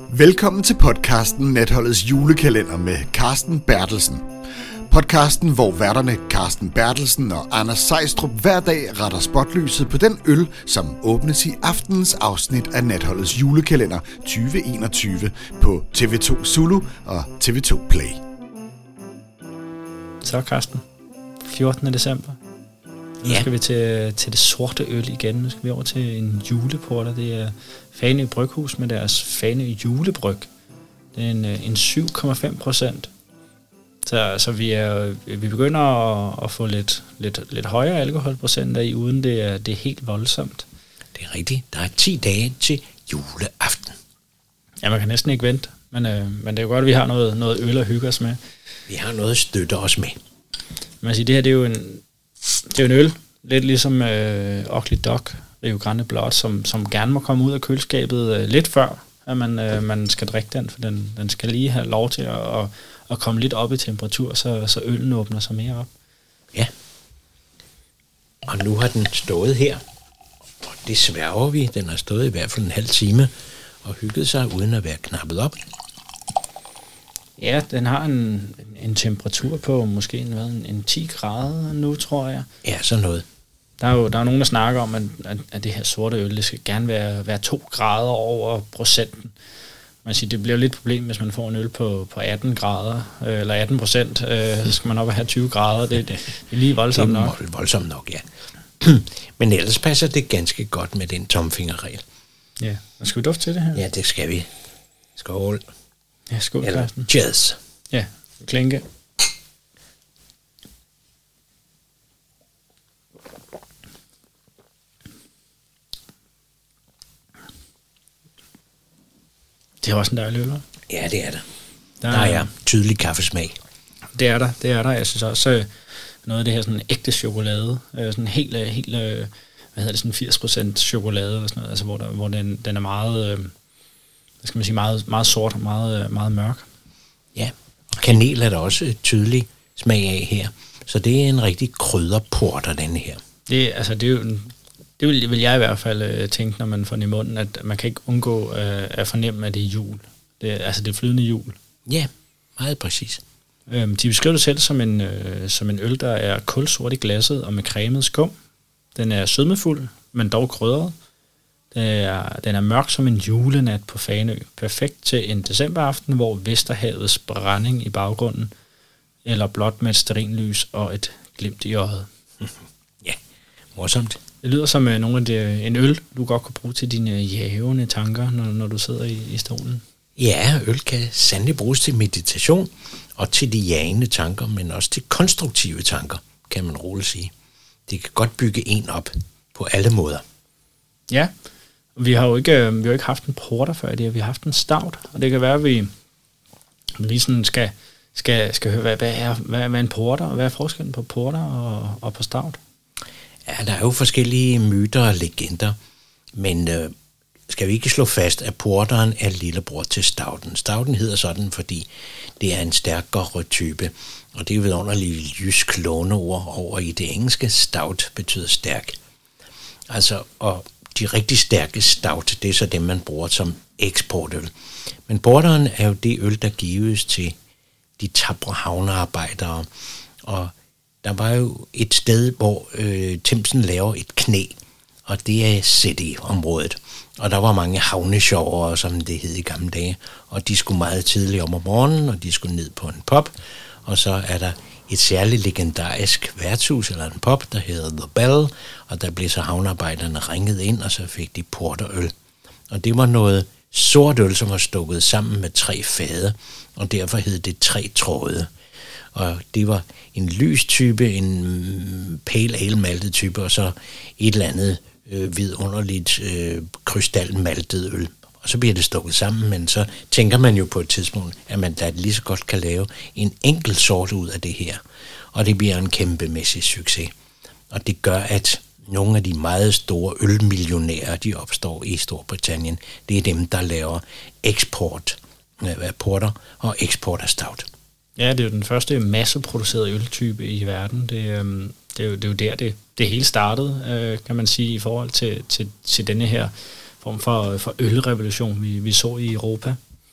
Velkommen til podcasten Natholdets julekalender med Carsten Bertelsen. Podcasten, hvor værterne Carsten Bertelsen og Anders Sejstrup hver dag retter spotlyset på den øl, som åbnes i aftenens afsnit af Natholdets julekalender 2021 på TV2 Zulu og TV2 Play. Så Carsten, 14. december. Nu skal vi til det sorte øl igen. Nu skal vi over til en juleporter. Det er Fanø Bryghus med deres Fanø julebryg. Det er en 7,5%. Så vi begynder at få lidt højere alkoholprocenter i, uden det er helt voldsomt. Det er rigtigt. Der er 10 dage til juleaften. Ja, man kan næsten ikke vente. Men det er jo godt, at vi har noget øl at hygge os med. Vi har noget at støtte os med. Man siger, det her det er jo en øl. Lidt ligesom Ugly Duck, Rio Grande Blood, som gerne må komme ud af køleskabet lidt før, at man skal drikke den, for den skal lige have lov til at komme lidt op i temperatur, så øllen åbner sig mere op. Ja. Og nu har den stået her, og det sværger vi. Den har stået i hvert fald en halv time og hygget sig uden at være knappet op. Ja, den har en temperatur på måske en 10 grader nu, tror jeg. Ja, sådan noget. Der er nogen, der snakker om, at det her sorte øl, det skal gerne være 2 grader over procenten. Man siger, det bliver lidt et problem, hvis man får en øl på 18 grader, eller 18%, så skal man op og have 20 grader. Det er lige voldsomt nok. Det er voldsomt nok, ja. Men ellers passer det ganske godt med den tomfingerregel. Ja, og skal vi dufte til det her? Ja, det skal vi. Skål. Ja, skål, Carsten. Cheers. Ja, klinke. Det er også en dejlig øl. Ja, det er det. Der er tydelig kaffesmag. Det er der. Jeg synes også noget af det her sådan ægte chokolade, sådan helt hvad hedder det, sådan 80% chokolade eller sådan noget, altså hvor den er meget, hvad skal man sige, meget sort og meget mørk. Ja, og kanel er der også tydelig smag af her. Så det er en rigtig krydderporter, denne her. Det vil jeg i hvert fald tænke, når man får den i munden, at man kan ikke undgå at fornemme, at det er jul. Det er flydende jul. Ja, meget præcis. De beskriver det selv som en øl, der er kulsort i glasset og med cremet skum. Den er sødmefuld, men dog krydret. Den er mørk som en julenat på Fanø. Perfekt til en decemberaften, hvor Vesterhavets brænding i baggrunden, eller blot med et stearinlys og et glimt i øjet. Ja, morsomt. Det lyder som en øl, du godt kunne bruge til dine jævne tanker, når du sidder i stolen. Ja, øl kan sandelig bruges til meditation og til de jagende tanker, men også til konstruktive tanker, kan man roligt sige. Det kan godt bygge en op på alle måder. Ja, vi har jo ikke haft en porter før det, vi har haft en stout, og det kan være, at vi lige sådan skal høre, hvad er en porter, og hvad er forskellen på porter og på stout? Ja, der er jo forskellige myter og legender, men skal vi ikke slå fast, at porteren er lillebror til stouten. Stouten hedder sådan, fordi det er en stærkere type, og det er vidunderligt jysk låneord over i det engelske. Stout betyder stærk. Altså, og de rigtig stærke stout, det er så dem, man bruger som eksportøl. Men porteren er jo det øl, der gives til de tapre havnearbejdere, og der var jo et sted, hvor Themsen laver et knæ, og det er City-området. Og der var mange havnesjovere, som det hed i gamle dage, og de skulle meget tidligt om morgenen, og de skulle ned på en pub, og så er der et særligt legendarisk værtshus, eller en pub, der hedder The Bell, og der blev så havnearbejderne ringet ind, og så fik de porterøl. Og det var noget sort øl, som var stukket sammen med 3 fade, og derfor hed det 3 tråde. Og det var en lys type, en pale ale maltet type, og så et eller andet vidunderligt krystalmaltet øl. Og så bliver det stukket sammen, men så tænker man jo på et tidspunkt, at man da lige så godt kan lave en enkelt sort ud af det her. Og det bliver en kæmpemæssig succes. Og det gør, at nogle af de meget store ølmillionærer, de opstår i Storbritannien. Det er dem, der laver eksport af porter og eksport af stout. Ja, det er jo den første masseproducerede øltype i verden. Det er jo der, det hele startede, kan man sige, i forhold til denne her form for ølrevolution, vi så i Europa.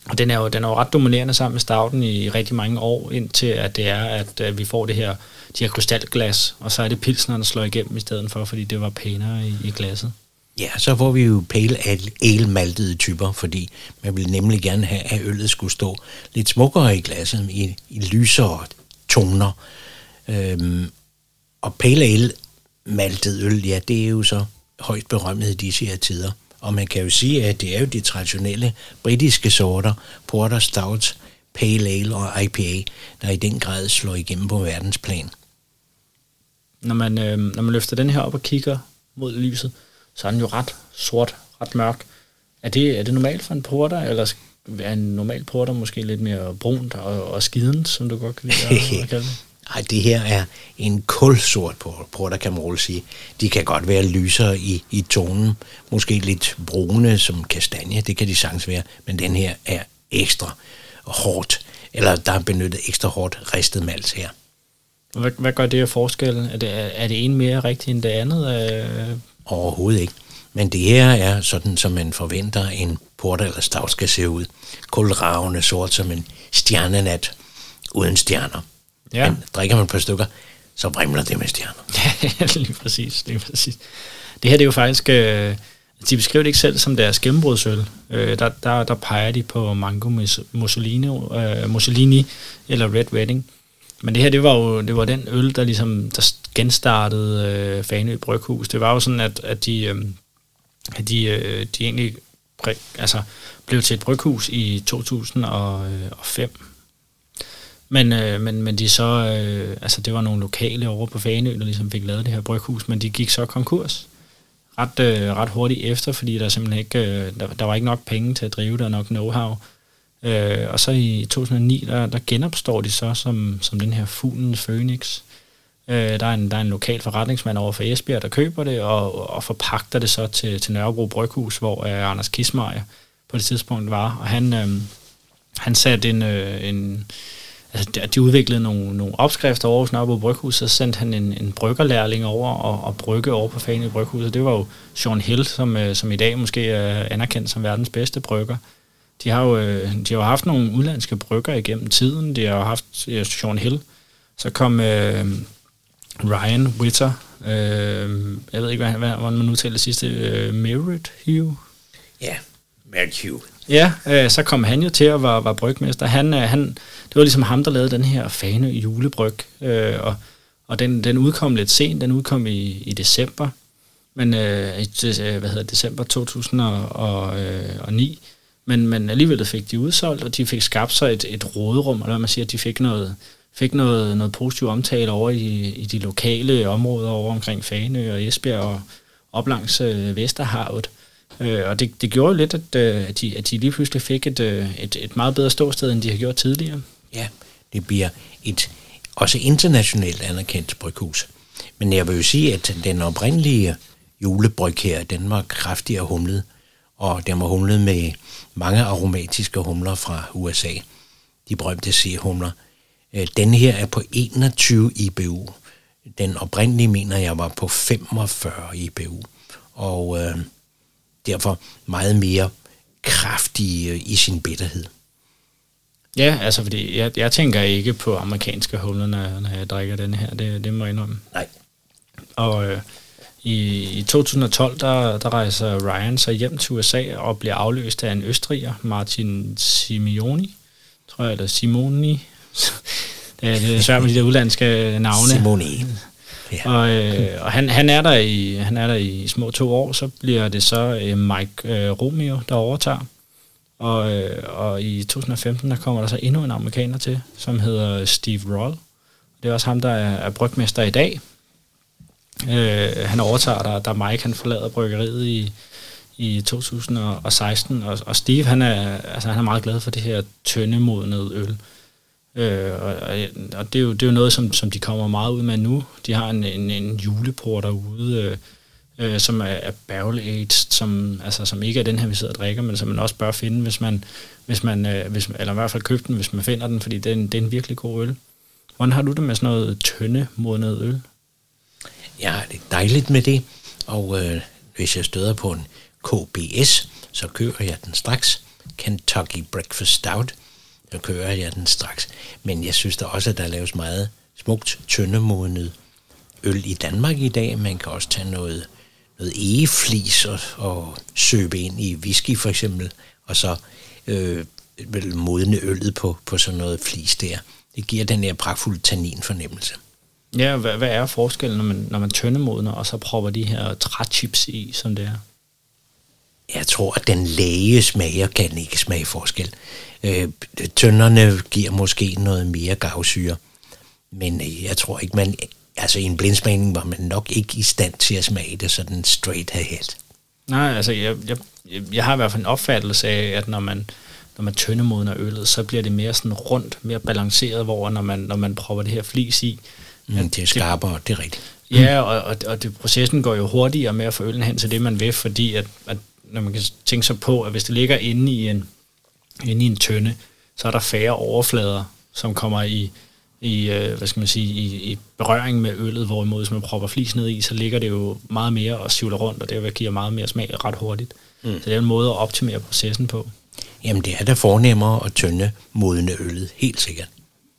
Og den er jo ret dominerende sammen med stouten i rigtig mange år, indtil at vi får de her krystalglas, og så er det pilsneren, der slår igennem i stedet for, fordi det var pænere i glasset. Ja, så får vi jo pale ale-maltede typer, fordi man ville nemlig gerne have, at øllet skulle stå lidt smukkere i glasset, i lysere toner. Og pale ale-maltet øl, ja, det er jo så højt berømmet i disse her tider. Og man kan jo sige, at det er jo de traditionelle britiske sorter, porter, stout, pale ale og IPA, der i den grad slår igennem på verdensplan. Når man løfter den her op og kigger mod lyset, så er den jo ret sort, ret mørk. Er det normalt for en porter, eller er en normal porter måske lidt mere brunt og skiden, som du godt kan lide at kalde det? Nej, det her er en kulsort porter, kan man roligt sige. De kan godt være lysere i tonen, måske lidt brune som kastanje, det kan de sagtens være, men den her er ekstra hårdt, eller der er benyttet ekstra hårdt ristet malt her. Hvad gør det af forskellen? Er det en mere rigtig end det andet? Overhovedet ikke. Men det her er sådan, som man forventer en porter eller stout skal se ud. Kulravende sort som en stjernenat uden stjerner. Ja. Men drikker man et par stykker, så vrimler det med stjerner. Ja, lige præcis. Det her det er jo faktisk... de beskriver det ikke selv som deres gennembrudsøl. Der peger de på Mango Mussolini eller Red Wedding. Men det her, det var den øl, der genstartede Fanø Bryghus. Det var jo sådan, at de egentlig blev til et bryghus i 2005. Men de så, det var nogle lokale over på Fanø, der ligesom fik lavet det her bryghus, men de gik så konkurs ret hurtigt efter, fordi der simpelthen ikke, der var ikke nok penge til at drive der, nok know-how. Og så i 2009, der genopstår de så som den her Fuglens Phoenix. Der er en lokal forretningsmand over for Esbjerg, der køber det og forpagter det så til Nørrebro Bryghus, hvor Anders Kismeier på det tidspunkt var. Og han satte de udviklede nogle opskrifter over hos Nørrebro Bryghus, så sendte han en bryggerlærling over og brygge over på Fanø Bryghus. Og det var jo Sean Hill, som i dag måske er anerkendt som verdens bedste brygger. De har jo haft nogle udlandske brygger igennem tiden. De har haft Sean Hill. Så kom Ryan Witter. Jeg ved ikke, hvordan man udtaler det sidste. Merritt Hugh? Ja, Merritt Hugh. Ja, så kom han jo til at være brygmester. Det var ligesom ham, der lavede den her Fanø julebryg. Og den udkom lidt sent. Den udkom i december. Men december 2009. Men alligevel fik de udsolgt, og de fik skabt sig et råderum, eller hvad man siger, de fik noget positiv omtale over i de lokale områder over omkring Fanø og Esbjerg og op langs Vesterhavet. Og det gjorde lidt, at de lige pludselig fik et meget bedre ståsted, end de har gjort tidligere. Ja, det bliver et også internationalt anerkendt bryghus. Men jeg vil jo sige, at den oprindelige julebryg her, den var kraftig og humlet, og den var humlet med mange aromatiske humler fra USA. De berømte C-humler. Den her er på 21 IBU. Den oprindelige mener jeg var på 45 IBU. Og derfor meget mere kraftig i sin bitterhed. Ja, altså fordi jeg tænker ikke på amerikanske humler, når jeg drikker den her. Det må jeg indrømme. Nej. Og i 2012, der rejser Ryan sig hjem til USA og bliver afløst af en østriger, Martin Simeoni, tror jeg, eller Simoni. Det er svært med de der udlandske navne. Simoni. Ja. Og han er der i små 2 år, så bliver det så Mike Romeo, der overtager. Og i 2015, der kommer der så endnu en amerikaner til, som hedder Steve Roll. Det er også ham, der er brygmester i dag. Han overtager, da Mike han forlader bryggeriet i 2016, og Steve han er meget glad for det her tøndemodnede øl. Og det er jo noget, som de kommer meget ud med nu. De har en juleporter ude, som er barrel aged, som ikke er den her, vi sidder og drikker, men som man også bør finde, hvis man eller i hvert fald købe den, hvis man finder den, fordi det er en virkelig god øl. Hvordan har du det med sådan noget tøndemodnet øl? Ja, det er dejligt med det, og hvis jeg støder på en KBS, så kører jeg den straks. Kentucky Breakfast Stout. Så kører jeg den straks. Men jeg synes da også, at der laves meget smukt, tyndemodnet øl i Danmark i dag. Man kan også tage noget egeflis og søbe ind i whisky for eksempel, og så modne øllet på sådan noget flis der. Det giver den her pragtfulde tanninfornemmelse. Ja, hvad er forskellen, når man tyndemodner, og så propper de her træchips i, som det er? Jeg tror, at den læge smager kan ikke smage forskel. Tønderne giver måske noget mere gavsyre, men jeg tror ikke, i en blindsmagning var man nok ikke i stand til at smage det sådan straight ahead. Nej, altså jeg har i hvert fald en opfattelse af, at når man tyndemodner øllet, så bliver det mere sådan rundt, mere balanceret, hvor når man propper det her flis i. Det er skarpere, det er rigtigt. Ja, og processen går jo hurtigere med at få øllen hen til det, man vil, fordi at når man kan tænke sig på, at hvis det ligger inde i en tønde, så er der færre overflader, som kommer i berøring med øllet, hvorimod hvis man propper flis ned i, så ligger det jo meget mere og sivler rundt, og det giver meget mere smag ret hurtigt. Så det er en måde at optimere processen på. Jamen det er da fornemmere at tynde modne øllet, helt sikkert.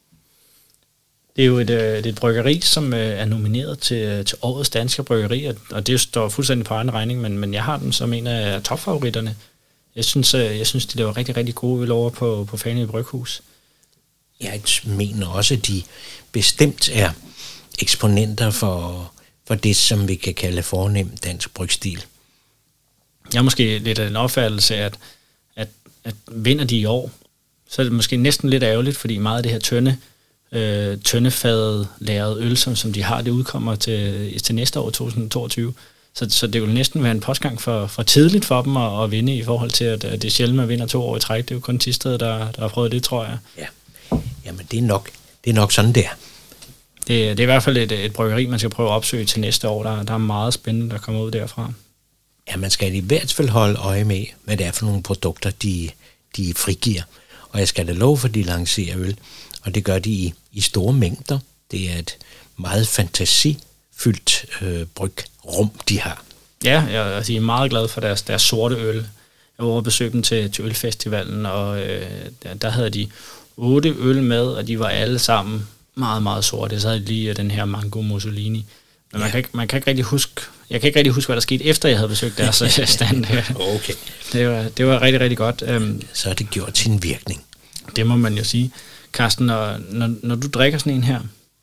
Det er jo et bryggeri, som er nomineret til årets danske bryggeri, og det står fuldstændig på egen regning, men jeg har dem som en af topfavoritterne. Jeg synes, de laver rigtig, rigtig gode øl over på Fanø Bryghus. Jeg mener også, at de bestemt er eksponenter for det, som vi kan kalde fornem dansk brygstil. Jeg har måske lidt af en opfattelse af, at vinder de i år, så er det måske næsten lidt ærgerligt, fordi meget af det her tøndefadet lavet øl, som de har, det udkommer til næste år, 2022. Så det vil næsten være en postgang for tidligt for dem at vinde, i forhold til, at det er sjældent, man vinder 2 år i træk. Det er jo kun Thisted, der har prøvet det, tror jeg. Ja, jamen det er nok sådan der. Det er i hvert fald et bryggeri, man skal prøve at opsøge til næste år. Der er meget spændende, der kommer ud derfra. Ja, man skal i hvert fald holde øje med, hvad det er for nogle produkter, de frigiver. Og jeg skal da love for, at de lancerer øl, og det gør de i store mængder. Det er et meget fantasifyldt brygrum, de har. Ja, jeg er meget glad for deres sorte øl. Jeg var over at besøge dem til ølfestivalen, og der havde de 8 øl med, og de var alle sammen meget, meget sorte. Så havde de lige den her Mango Mussolini. Men man kan ikke rigtig huske, jeg kan ikke rigtig huske, hvad der skete, efter jeg havde besøgt deres stand. Okay. Det var rigtig, rigtig godt. Så har det gjort sin virkning. Det må man jo sige. Carsten, når du drikker sådan en her,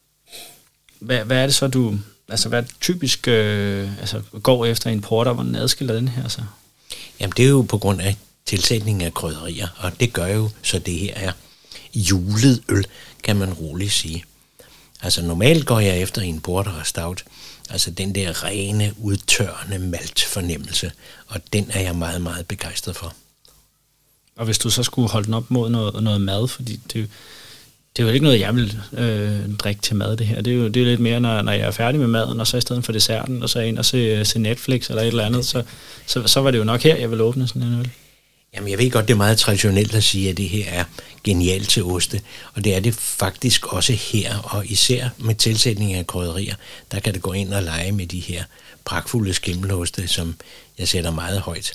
hvad er det så, du... Altså, hvad typisk går efter en porter, hvordan adskiller den her så? Jamen, det er jo på grund af tilsætningen af krydderier, og det gør jo, så det her er julet øl, kan man roligt sige. Altså, normalt går jeg efter en porter og stout, altså den der rene, udtørrende maltfornemmelse, og den er jeg meget, meget begejstret for. Og hvis du så skulle holde den op mod noget mad, fordi det er jo ikke noget, jeg vil drikke til mad, det her. Det er lidt mere, når jeg er færdig med maden, og så i stedet for desserten, og så ind og se Netflix eller et eller andet, så var det jo nok her, jeg vil åbne sådan en øl. Jamen, jeg ved godt, det er meget traditionelt at sige, at det her er genialt til oste, og det er det faktisk også her, og især med tilsætning af krydderier, der kan det gå ind og lege med de her pragtfulde skimmeloste, som jeg sætter meget højt.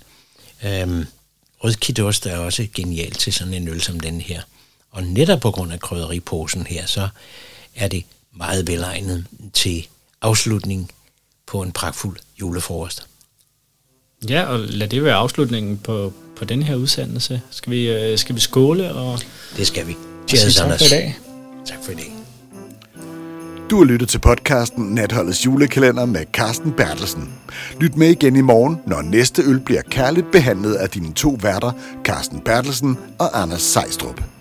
Rødkitost er også genialt til sådan en øl som den her. Og netop på grund af krydderiposen her, så er det meget velegnet til afslutning på en pragtfuld julefrokost. Ja, og lad det være afslutningen på den her udsendelse. Skal vi skåle? Og det skal vi. Cheers, tak for i dag. Tak for i dag. Du har lyttet til podcasten Natholdets julekalender med Carsten Bertelsen. Lyt med igen i morgen, når næste øl bliver kærligt behandlet af dine 2 værter, Carsten Bertelsen og Anders Sejstrup.